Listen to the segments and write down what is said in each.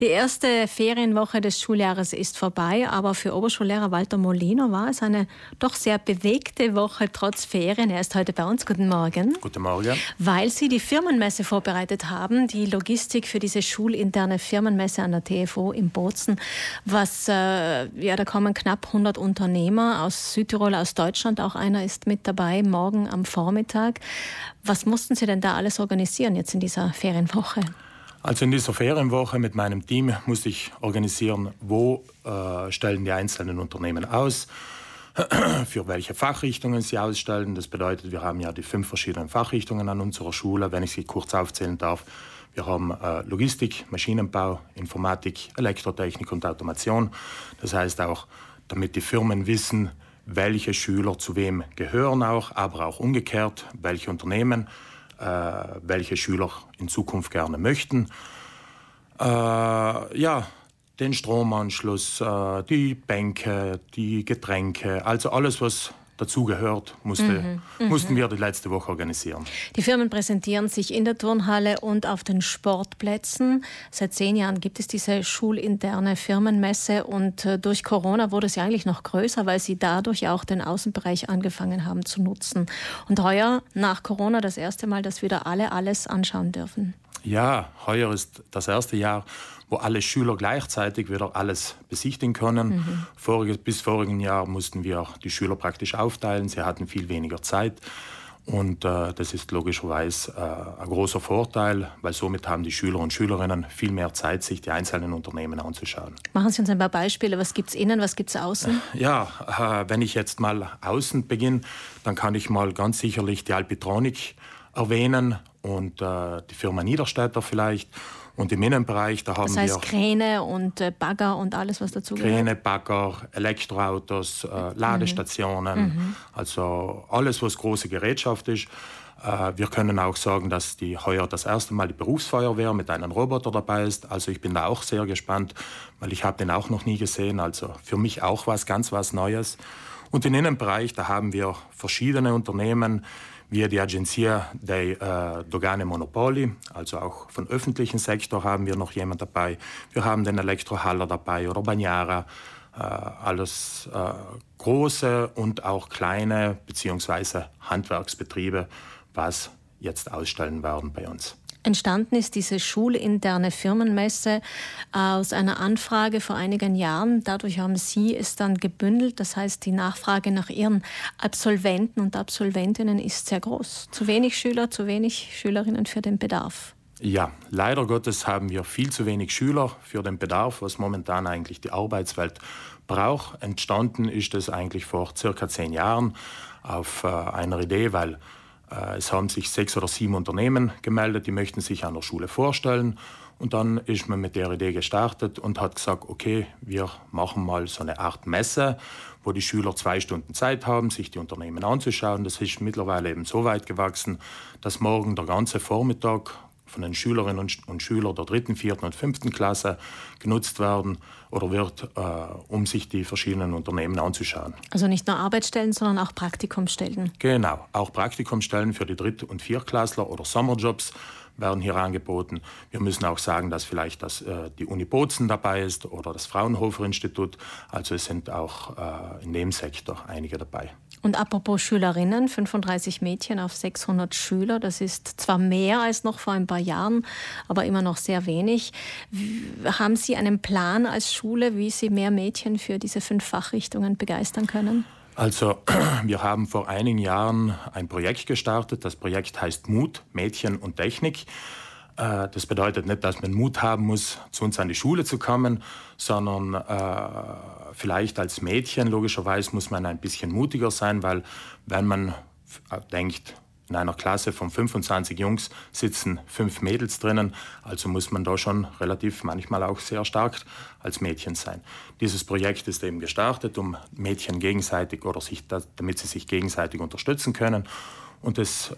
Die erste Ferienwoche des Schuljahres ist vorbei, aber für Oberschullehrer Walter Molino war es eine doch sehr bewegte Woche trotz Ferien. Er ist heute bei uns. Guten Morgen. Guten Morgen. Weil Sie die Firmenmesse vorbereitet haben, die Logistik für diese schulinterne Firmenmesse an der TFO in Bozen. Da kommen knapp 100 Unternehmer aus Südtirol, aus Deutschland. Auch einer ist mit dabei, morgen am Vormittag. Was mussten Sie denn da alles organisieren jetzt in dieser Ferienwoche? Also in dieser Ferienwoche mit meinem Team musste ich organisieren, wo stellen die einzelnen Unternehmen aus, für welche Fachrichtungen sie ausstellen. Das bedeutet, wir haben ja die 5 verschiedenen Fachrichtungen an unserer Schule, wenn ich sie kurz aufzählen darf. Wir haben Logistik, Maschinenbau, Informatik, Elektrotechnik und Automation. Das heißt auch, damit die Firmen wissen, welche Schüler zu wem gehören auch, aber auch umgekehrt, welche Unternehmen welche Schüler in Zukunft gerne möchten. Den Stromanschluss, die Bänke, die Getränke, also alles, was dazugehört, mussten wir die letzte Woche organisieren. Die Firmen präsentieren sich in der Turnhalle und auf den Sportplätzen. Seit 10 Jahren gibt es diese schulinterne Firmenmesse und durch Corona wurde sie eigentlich noch größer, weil sie dadurch auch den Außenbereich angefangen haben zu nutzen. Und heuer, nach Corona, das erste Mal, dass wieder alle alles anschauen dürfen. Ja, heuer ist das erste Jahr, wo alle Schüler gleichzeitig wieder alles besichtigen können. Bis vorigen Jahr mussten wir die Schüler praktisch aufteilen. Sie hatten viel weniger Zeit. Und das ist logischerweise ein großer Vorteil, weil somit haben die Schüler und Schülerinnen viel mehr Zeit, sich die einzelnen Unternehmen anzuschauen. Machen Sie uns ein paar Beispiele. Was gibt es innen, was gibt es außen? Ja, wenn ich jetzt mal außen beginne, dann kann ich mal ganz sicherlich die Alpitronik erwähnen und die Firma Niederstädter vielleicht. Und im Innenbereich, da haben wir... Das heißt Kräne und Bagger und alles, was dazu gehört? Kräne, Bagger, Elektroautos, Ladestationen, also alles, was große Gerätschaft ist. Wir können auch sagen, dass heuer das erste Mal die Berufsfeuerwehr mit einem Roboter dabei ist. Also ich bin da auch sehr gespannt, weil ich habe den auch noch nie gesehen. Also für mich auch was Neues. Und im Innenbereich, da haben wir verschiedene Unternehmen, wie die Agenzia dei Dogane Monopoli, also auch vom öffentlichen Sektor haben wir noch jemand dabei. Wir haben den Elektrohaller dabei oder Bagnara, alles große und auch kleine bzw. Handwerksbetriebe, was jetzt ausstellen werden bei uns. Entstanden ist diese schulinterne Firmenmesse aus einer Anfrage vor einigen Jahren. Dadurch haben Sie es dann gebündelt. Das heißt, die Nachfrage nach Ihren Absolventen und Absolventinnen ist sehr groß. Zu wenig Schüler, zu wenig Schülerinnen für den Bedarf. Ja, leider Gottes haben wir viel zu wenig Schüler für den Bedarf, was momentan eigentlich die Arbeitswelt braucht. Entstanden ist es eigentlich vor circa 10 Jahren auf einer Idee, weil es haben sich 6 oder 7 Unternehmen gemeldet, die möchten sich an der Schule vorstellen. Und dann ist man mit der Idee gestartet und hat gesagt, okay, wir machen mal so eine Art Messe, wo die Schüler 2 Stunden Zeit haben, sich die Unternehmen anzuschauen. Das ist mittlerweile eben so weit gewachsen, dass morgen der ganze Vormittag von den Schülerinnen und Schülern der 3., 4. und 5. Klasse genutzt werden oder wird, um sich die verschiedenen Unternehmen anzuschauen. Also nicht nur Arbeitsstellen, sondern auch Praktikumsstellen. Genau, auch Praktikumsstellen für die 3. und 4. Klassler oder Sommerjobs werden hier angeboten. Wir müssen auch sagen, dass vielleicht die Uni Bozen dabei ist oder das Fraunhofer Institut. Also es sind auch in dem Sektor einige dabei. Und apropos Schülerinnen, 35 Mädchen auf 600 Schüler, das ist zwar mehr als noch vor ein paar Jahren, aber immer noch sehr wenig. Haben Sie einen Plan als Schule, wie Sie mehr Mädchen für diese 5 Fachrichtungen begeistern können? Also wir haben vor einigen Jahren ein Projekt gestartet. Das Projekt heißt Mut, Mädchen und Technik. Das bedeutet nicht, dass man Mut haben muss, zu uns an die Schule zu kommen, sondern vielleicht als Mädchen, logischerweise, muss man ein bisschen mutiger sein, weil wenn man denkt, in einer Klasse von 25 Jungs sitzen 5 Mädels drinnen, also muss man da schon relativ manchmal auch sehr stark als Mädchen sein. Dieses Projekt ist eben gestartet, um Mädchen gegenseitig damit sie sich gegenseitig unterstützen können. Und es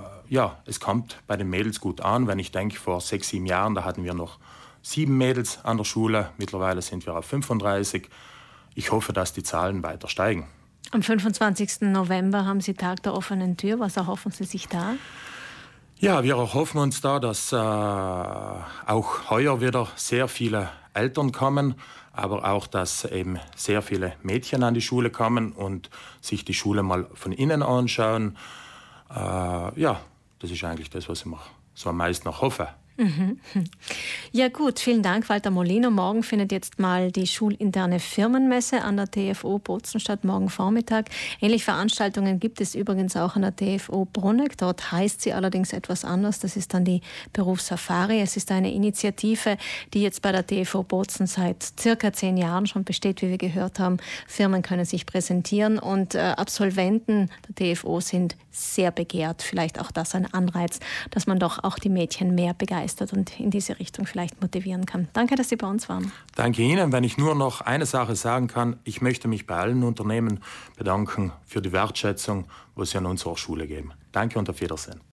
kommt bei den Mädels gut an. Wenn ich denke, vor 6, 7 Jahren, da hatten wir noch 7 Mädels an der Schule. Mittlerweile sind wir auf 35. Ich hoffe, dass die Zahlen weiter steigen. Am 25. November haben Sie Tag der offenen Tür. Was erhoffen Sie sich da? Ja, wir erhoffen uns da, dass auch heuer wieder sehr viele Eltern kommen, aber auch, dass eben sehr viele Mädchen an die Schule kommen und sich die Schule mal von innen anschauen. Ja, das ist eigentlich das, was ich mir so am meisten noch hoffe. Ja gut, vielen Dank, Walter Molino. Morgen findet jetzt mal die schulinterne Firmenmesse an der TFO Bozen statt, morgen Vormittag. Ähnliche Veranstaltungen gibt es übrigens auch an der TFO Bruneck. Dort heißt sie allerdings etwas anders. Das ist dann die Berufssafari. Es ist eine Initiative, die jetzt bei der TFO Bozen seit circa 10 Jahren schon besteht, wie wir gehört haben. Firmen können sich präsentieren und Absolventen der TFO sind sehr begehrt. Vielleicht auch das ein Anreiz, dass man doch auch die Mädchen mehr begeistert und in diese Richtung vielleicht motivieren kann. Danke, dass Sie bei uns waren. Danke Ihnen. Wenn ich nur noch eine Sache sagen kann, ich möchte mich bei allen Unternehmen bedanken für die Wertschätzung, die Sie an unserer Schule geben. Danke und auf Wiedersehen.